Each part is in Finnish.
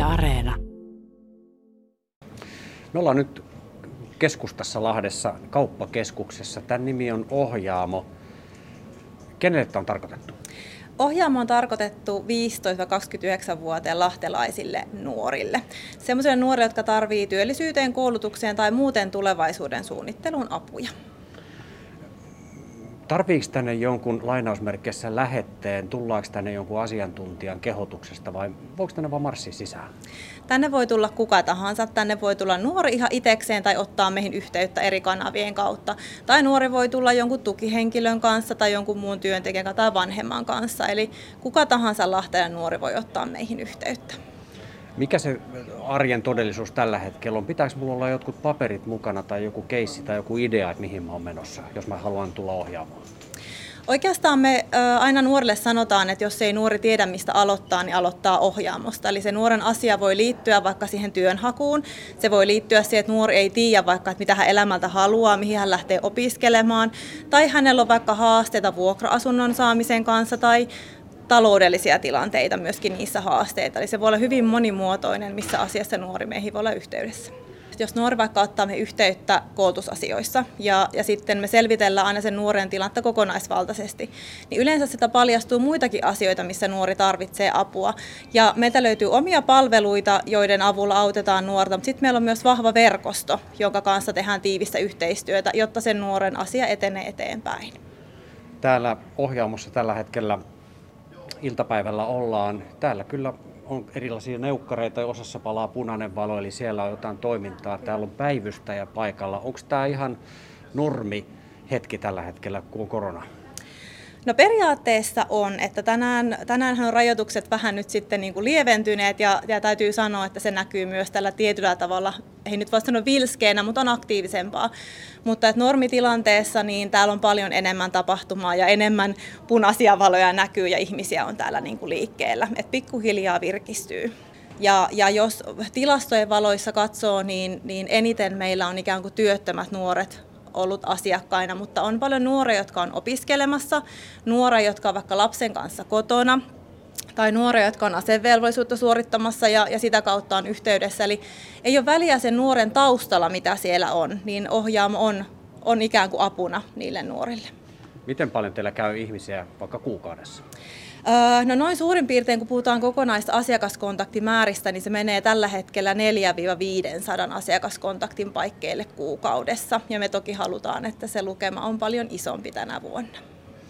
Areena. Me ollaan nyt keskustassa Lahdessa kauppakeskuksessa. Tämän nimi on Ohjaamo. Kenelle tämä on tarkoitettu? Ohjaamo on tarkoitettu 15-29-vuotiaan lahtelaisille nuorille. Sellaisille nuorille, jotka tarvitsevat työllisyyteen, koulutukseen tai muuten tulevaisuuden suunnitteluun apuja. Tarviiko tänne jonkun lainausmerkeissä lähetteen? Tullaanko tänne jonkun asiantuntijan kehotuksesta vai voiko tänne vaan marssia sisään? Tänne voi tulla kuka tahansa. Tänne voi tulla nuori ihan itsekseen tai ottaa meihin yhteyttä eri kanavien kautta. Tai nuori voi tulla jonkun tukihenkilön kanssa tai jonkun muun työntekijän tai vanhemman kanssa. Eli kuka tahansa lahtelainen nuori voi ottaa meihin yhteyttä. Mikä se arjen todellisuus tällä hetkellä on? Pitääkö minulla olla jotkut paperit mukana tai joku keissi tai joku idea, että mihin mä oon menossa, jos mä haluan tulla ohjaamaan? Oikeastaan me aina nuorille sanotaan, että jos ei nuori tiedä mistä aloittaa, niin aloittaa ohjaamosta. Eli se nuoren asia voi liittyä vaikka siihen työnhakuun. Se voi liittyä siihen, että nuori ei tiedä vaikka, että mitä hän elämältä haluaa, mihin hän lähtee opiskelemaan. Tai hänellä on vaikka haasteita vuokra-asunnon saamisen kanssa tai taloudellisia tilanteita myöskin niissä haasteita. Eli se voi olla hyvin monimuotoinen, missä asiassa nuori meihin voi olla yhteydessä. Jos nuori vaikka ottaa me yhteyttä koulutusasioissa ja sitten me selvitellään aina sen nuoren tilannetta kokonaisvaltaisesti, niin yleensä sitä paljastuu muitakin asioita, missä nuori tarvitsee apua. Ja meiltä löytyy omia palveluita, joiden avulla autetaan nuorta, mutta sitten meillä on myös vahva verkosto, jonka kanssa tehdään tiivistä yhteistyötä, jotta sen nuoren asia etenee eteenpäin. Täällä Ohjaamossa tällä hetkellä iltapäivällä ollaan. Täällä kyllä on erilaisia neukkareita, osassa palaa punainen valo, eli siellä on jotain toimintaa. Täällä on päivystäjä paikalla. Onko tämä ihan normi hetki tällä hetkellä, kun on korona? No periaatteessa on, että tänäänhän on rajoitukset vähän nyt sitten niin kuin lieventyneet ja täytyy sanoa, että se näkyy myös tällä tietyllä tavalla, ei nyt voi sanoa vilskeenä, mutta on aktiivisempaa. Mutta että normitilanteessa niin täällä on paljon enemmän tapahtumaa ja enemmän punaisia valoja näkyy ja ihmisiä on täällä niin kuin liikkeellä, että pikkuhiljaa virkistyy. Ja jos tilastojen valoissa katsoo, niin eniten meillä on ikään kuin työttömät nuoret ollut asiakkaina, mutta on paljon nuoria, jotka on opiskelemassa, nuoria, jotka on vaikka lapsen kanssa kotona, tai nuoria, jotka on asevelvollisuutta suorittamassa ja sitä kautta on yhteydessä. Eli ei ole väliä sen nuoren taustalla, mitä siellä on, niin Ohjaamo on ikään kuin apuna niille nuorille. Miten paljon teillä käy ihmisiä vaikka kuukaudessa? No noin suurin piirtein, kun puhutaan kokonaista asiakaskontaktimääristä, niin se menee tällä hetkellä 400–500 asiakaskontaktin paikkeille kuukaudessa. Ja me toki halutaan, että se lukema on paljon isompi tänä vuonna.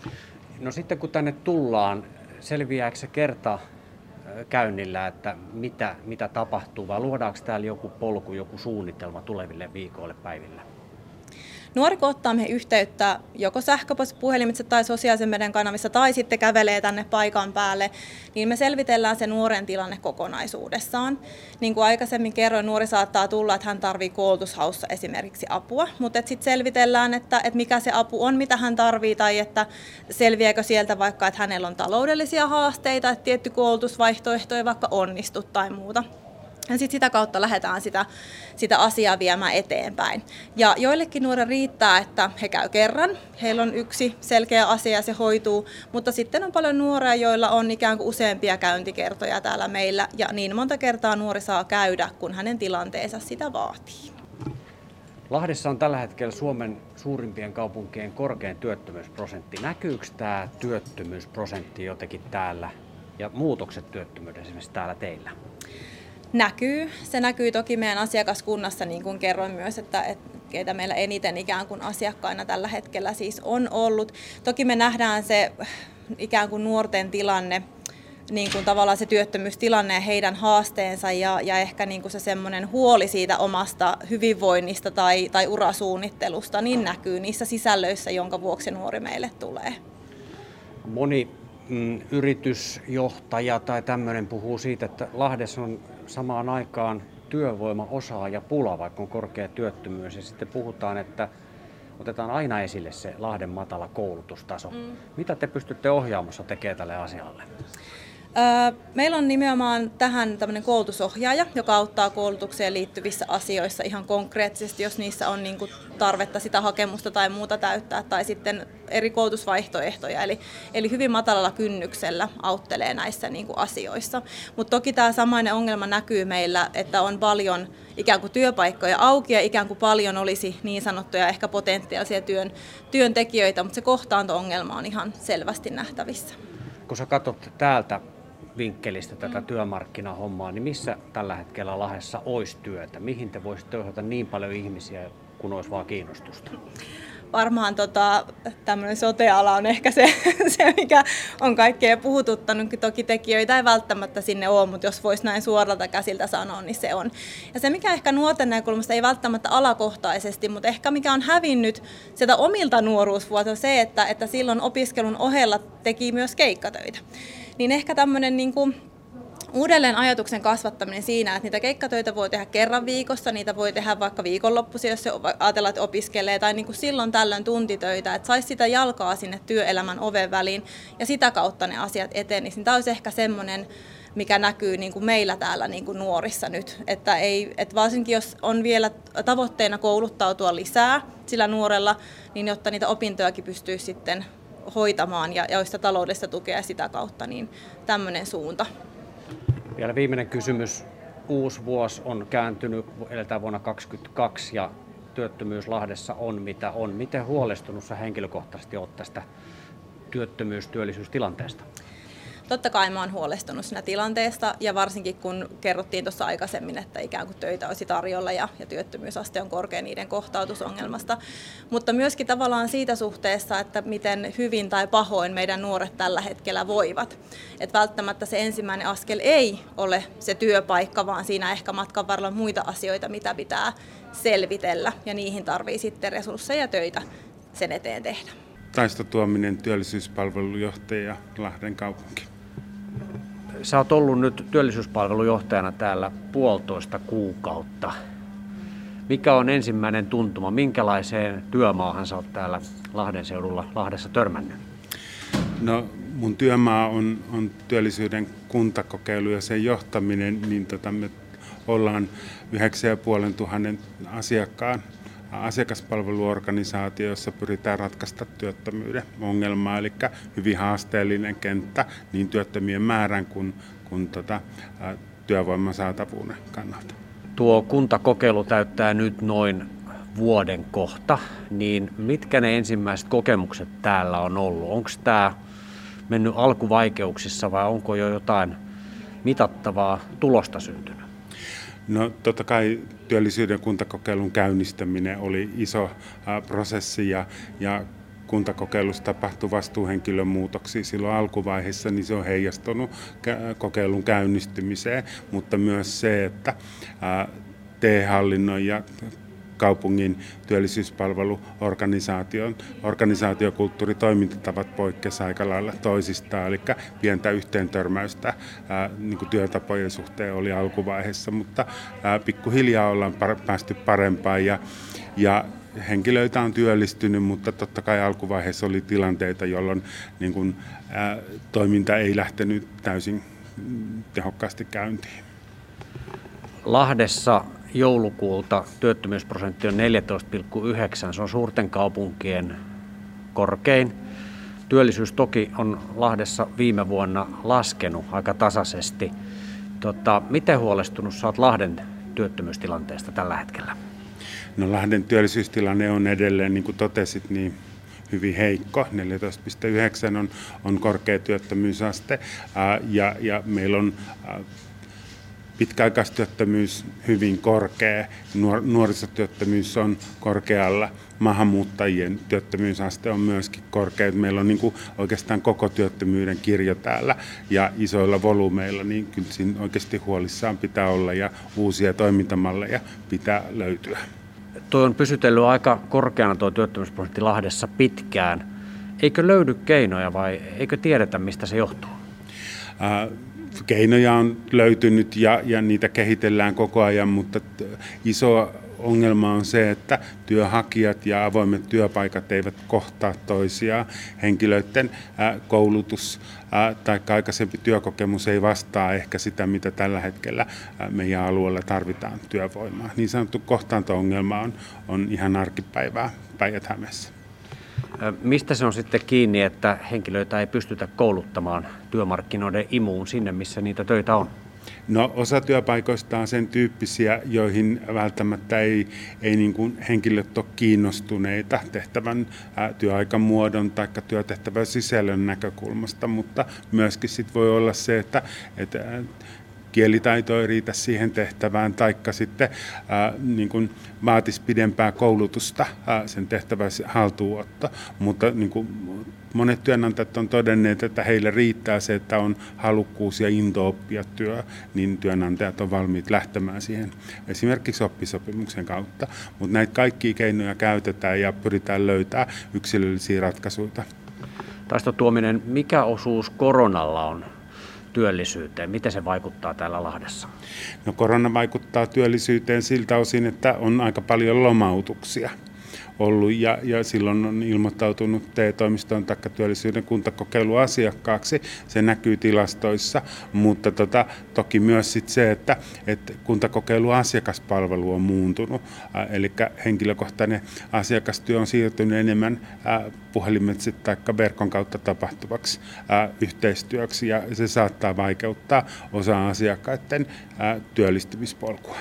No sitten kun tänne tullaan, selviääkö se kerta käynnillä, että mitä tapahtuu, vai luodaanko täällä joku polku, joku suunnitelma tuleville viikoille, päiville? Nuori kun ottaa meihin yhteyttä joko sähköpostissa tai sosiaalisen median kanavissa tai sitten kävelee tänne paikan päälle, niin me selvitellään se nuoren tilanne kokonaisuudessaan. Niin kuin aikaisemmin kerroin, nuori saattaa tulla, että hän tarvitsee koulutushaussa esimerkiksi apua, mutta sitten selvitellään, että mikä se apu on, mitä hän tarvitsee, tai että selviääkö sieltä vaikka, että hänellä on taloudellisia haasteita, että tietty koulutusvaihtoehto ei vaikka onnistu tai muuta. Ja sitten sitä kautta lähdetään sitä asiaa viemään eteenpäin. Ja joillekin nuorille riittää, että he käy kerran, heillä on yksi selkeä asia ja se hoituu, mutta sitten on paljon nuoria, joilla on ikään kuin useampia käyntikertoja täällä meillä, ja niin monta kertaa nuori saa käydä, kun hänen tilanteensa sitä vaatii. Lahdessa on tällä hetkellä Suomen suurimpien kaupunkien korkein työttömyysprosentti. Näkyykö tämä työttömyysprosentti jotenkin täällä ja muutokset työttömyydessä esimerkiksi täällä teillä? Näkyy. Se näkyy toki meidän asiakaskunnassa, niin kuin kerroin myös, että keitä meillä eniten ikään kuin asiakkaina tällä hetkellä siis on ollut. Toki me nähdään se ikään kuin nuorten tilanne, niin kuin tavallaan se työttömyystilanne ja heidän haasteensa ja ehkä niin kuin se semmoinen huoli siitä omasta hyvinvoinnista tai urasuunnittelusta, niin näkyy niissä sisällöissä, jonka vuoksi nuori meille tulee. Moni yritysjohtaja tai tämmöinen puhuu siitä, että Lahdessa on samaan aikaan työvoimaosaajapula, vaikka on korkea työttömyys. Ja sitten puhutaan, että otetaan aina esille se Lahden matala koulutustaso. Mitä te pystytte Ohjaamossa tekemään tälle asialle? Meillä on nimenomaan tähän tämmöinen koulutusohjaaja, joka auttaa koulutukseen liittyvissä asioissa ihan konkreettisesti, jos niissä on niin kuin tarvetta sitä hakemusta tai muuta täyttää, tai sitten eri koulutusvaihtoehtoja, eli hyvin matalalla kynnyksellä auttelee näissä niin kuin asioissa. Mutta toki tämä samainen ongelma näkyy meillä, että on paljon ikään kuin työpaikkoja auki ja ikään kuin paljon olisi niin sanottuja ehkä potentiaalisia työntekijöitä, mutta se kohtaanto-ongelma on ihan selvästi nähtävissä. Kun sä katsot täältä vinkkelistä tätä työmarkkinahommaa, niin missä tällä hetkellä Lahdessa olisi työtä? Mihin te voisitte ohjata niin paljon ihmisiä, kun olisi vaan kiinnostusta? Varmaan tämmöinen sote-ala on ehkä se, mikä on kaikkea puhututtanut. Toki tekijöitä ei välttämättä sinne ole, mutta jos voisi näin suoralta käsiltä sanoa, niin se on. Ja se, mikä ehkä nuorten näkökulmasta ei välttämättä alakohtaisesti, mutta ehkä mikä on hävinnyt sieltä omilta nuoruusvuosilta, on se, että silloin opiskelun ohella teki myös keikkatöitä. Niin ehkä tämmöinen niin kuin uudelleen ajatuksen kasvattaminen siinä, että niitä keikkatöitä voi tehdä kerran viikossa, niitä voi tehdä vaikka viikonloppuisin, jos ajatellaan, että opiskelee, tai niin kuin silloin tällöin tuntitöitä, että saisi sitä jalkaa sinne työelämän oven väliin ja sitä kautta ne asiat etenisivät. Tämä olisi ehkä semmoinen, mikä näkyy niin kuin meillä täällä niin kuin nuorissa nyt, että varsinkin jos on vielä tavoitteena kouluttautua lisää sillä nuorella, niin jotta niitä opintojakin pystyisi sitten hoitamaan ja olisi sitä taloudellista tukea sitä kautta, niin tämmöinen suunta. Vielä viimeinen kysymys. Uusi vuosi on kääntynyt, eletään vuonna 2022 ja työttömyys Lahdessa on mitä on. Miten huolestunut sä henkilökohtaisesti olet tästä työllisyystilanteesta? Totta kai mä oon huolestunut siinä tilanteesta ja varsinkin kun kerrottiin tuossa aikaisemmin, että ikään kuin töitä olisi tarjolla ja työttömyysaste on korkea niiden kohtautusongelmasta. Mutta myöskin tavallaan siitä suhteessa, että miten hyvin tai pahoin meidän nuoret tällä hetkellä voivat. Että välttämättä se ensimmäinen askel ei ole se työpaikka, vaan siinä ehkä matkan varrella muita asioita, mitä pitää selvitellä ja niihin tarvii sitten resursseja ja töitä sen eteen tehdä. Taisto Tuominen, työllisyyspalvelujohtaja, Lahden kaupunki. Sä oot ollut nyt työllisyyspalvelujohtajana täällä 1,5 kuukautta. Mikä on ensimmäinen tuntuma? Minkälaiseen työmaahan sä oot täällä Lahden seudulla Lahdessa törmännyt? No, mun työmaa on työllisyyden kuntakokeilu ja sen johtaminen, niin me ollaan 9,500 asiakaspalveluorganisaatio, jossa pyritään ratkaista työttömyyden ongelmaa, eli hyvin haasteellinen kenttä niin työttömien määrän kuin työvoiman saatavuuden kannalta. Tuo kuntakokeilu täyttää nyt noin vuoden kohta, niin mitkä ne ensimmäiset kokemukset täällä on ollut? Onko tämä mennyt alkuvaikeuksissa vai onko jo jotain mitattavaa tulosta syntynyt? No totta kai työllisyyden kuntakokeilun käynnistäminen oli iso prosessi ja kuntakokeilussa tapahtui vastuuhenkilön muutoksia silloin alkuvaiheessa, niin se on heijastunut kokeilun käynnistymiseen, mutta myös se, että TE-hallinnon ja kaupungin työllisyyspalveluorganisaatiokulttuuri, toimintatavat poikkesivat aika lailla toisistaan, eli pientä yhteentörmäystä niin kuin työtapojen suhteen oli alkuvaiheessa, mutta pikkuhiljaa ollaan päästy parempaan ja henkilöitä on työllistynyt, mutta totta kai alkuvaiheessa oli tilanteita, jolloin niin kuin, toiminta ei lähtenyt täysin tehokkaasti käyntiin. Lahdessa joulukuulta työttömyysprosentti on 14,9, se on suurten kaupunkien korkein. Työllisyys toki on Lahdessa viime vuonna laskenut aika tasaisesti. Miten huolestunut sä oot Lahden työttömyystilanteesta tällä hetkellä? No Lahden työllisyystilanne on edelleen, niin kuin totesit, niin hyvin heikko. 14,9 on korkea työttömyysaste ja meillä on pitkäaikaistyöttömyys hyvin korkea, nuorisotyöttömyys on korkealla, maahanmuuttajien työttömyysaste on myöskin korkea. Meillä on niin kuin oikeastaan koko työttömyyden kirjo täällä ja isoilla volyymeilla, niin kyllä siinä oikeasti huolissaan pitää olla ja uusia toimintamalleja pitää löytyä. Tuo on pysytellyt aika korkeana tuo työttömyysprosentti Lahdessa pitkään. Eikö löydy keinoja vai eikö tiedetä, mistä se johtuu? Keinoja on löytynyt ja niitä kehitellään koko ajan, mutta iso ongelma on se, että työnhakijat ja avoimet työpaikat eivät kohtaa toisiaan. Henkilöiden koulutus tai aikaisempi työkokemus ei vastaa ehkä sitä, mitä tällä hetkellä meidän alueella tarvitaan työvoimaa. Niin sanottu kohtaanto-ongelma on ihan arkipäivää Päijät-Hämeessä. Mistä se on sitten kiinni, että henkilöitä ei pystytä kouluttamaan työmarkkinoiden imuun sinne, missä niitä töitä on? No, osa työpaikoista on sen tyyppisiä, joihin välttämättä ei niin kuin henkilöt ole kiinnostuneita tehtävän työaikamuodon tai työtehtävän sisällön näkökulmasta, mutta myöskin sit voi olla se, että kielitaito ei riitä siihen tehtävään, taikka sitten niin kuin vaatisi pidempää koulutusta sen tehtävän haltuunotto. Mutta niin kuin monet työnantajat on todenneet, että heille riittää se, että on halukkuus ja into oppia työ, niin työnantajat on valmiit lähtemään siihen esimerkiksi oppisopimuksen kautta. Mutta näitä kaikkia keinoja käytetään ja pyritään löytämään yksilöllisiä ratkaisuja. Taisto Tuominen, mikä osuus koronalla on työllisyyteen? Miten se vaikuttaa täällä Lahdessa? No, korona vaikuttaa työllisyyteen siltä osin, että on aika paljon lomautuksia ollut ja silloin on ilmoittautunut TE-toimistoon tai työllisyyden kuntakokeiluasiakkaaksi. Se näkyy tilastoissa, mutta toki myös sit se, että kuntakokeiluasiakaspalvelu on muuntunut. Eli henkilökohtainen asiakastyö on siirtynyt enemmän puhelimitse tai verkon kautta tapahtuvaksi yhteistyöksi ja se saattaa vaikeuttaa osa asiakkaiden työllistymispolkua.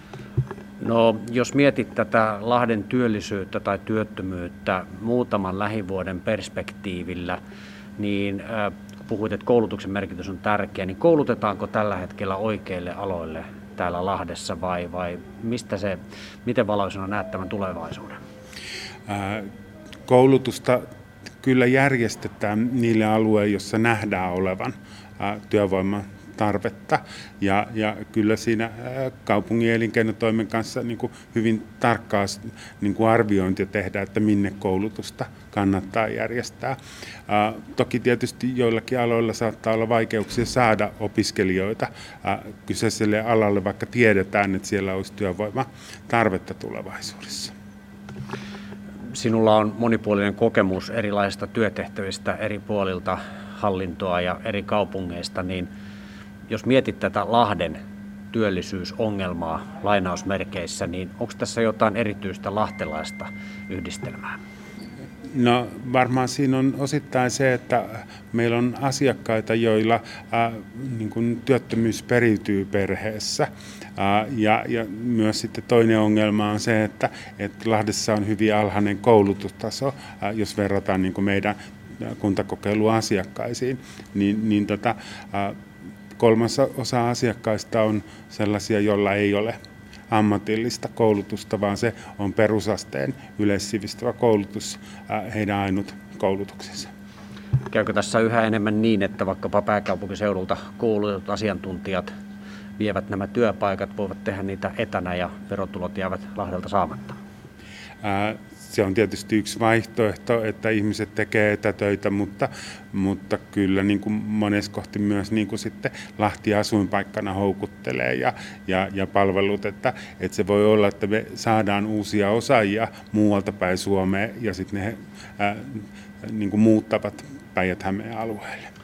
No, jos mietit tätä Lahden työllisyyttä tai työttömyyttä muutaman lähivuoden perspektiivillä, niin puhuit, että koulutuksen merkitys on tärkeä, niin koulutetaanko tällä hetkellä oikeille aloille täällä Lahdessa vai miten valoisena näet tämän tulevaisuuden? Koulutusta kyllä järjestetään niille alueille, joissa nähdään olevan työvoiman tarvetta ja kyllä siinä kaupungin elinkeinotoimen kanssa niin kuin hyvin tarkkaa niin kuin arviointia tehdään, että minne koulutusta kannattaa järjestää. Toki tietysti joillakin aloilla saattaa olla vaikeuksia saada opiskelijoita kyseiselle alalle, vaikka tiedetään, että siellä olisi työvoimatarvetta tulevaisuudessa. Sinulla on monipuolinen kokemus erilaisista työtehtävistä eri puolilta hallintoa ja eri kaupungeista, niin jos mietit tätä Lahden työllisyysongelmaa lainausmerkeissä, niin onko tässä jotain erityistä lahtelaista yhdistelmää? No, varmaan siinä on osittain se, että meillä on asiakkaita, joilla niin kuin työttömyys periytyy perheessä. Ja myös sitten toinen ongelma on se, että Lahdessa on hyvin alhainen koulutustaso, jos verrataan niin kuin meidän kuntakokeiluasiakkaisiin, niin kolmasosa asiakkaista on sellaisia, joilla ei ole ammatillista koulutusta, vaan se on perusasteen yleissivistävä koulutus heidän ainut koulutuksensa. Käykö tässä yhä enemmän niin, että vaikkapa pääkaupunkiseudulta koulutetut asiantuntijat vievät nämä työpaikat, voivat tehdä niitä etänä ja verotulot jäävät Lahdelta saamatta? Se on tietysti yksi vaihtoehto, että ihmiset tekee etätöitä, mutta kyllä niin kuin monessa kohti myös niin kuin sitten Lahti asuinpaikkana houkuttelee ja palvelut, että se voi olla, että me saadaan uusia osaajia muualta päin Suomeen ja sitten ne niin kuin muuttavat Päijät-Hämeen alueelle.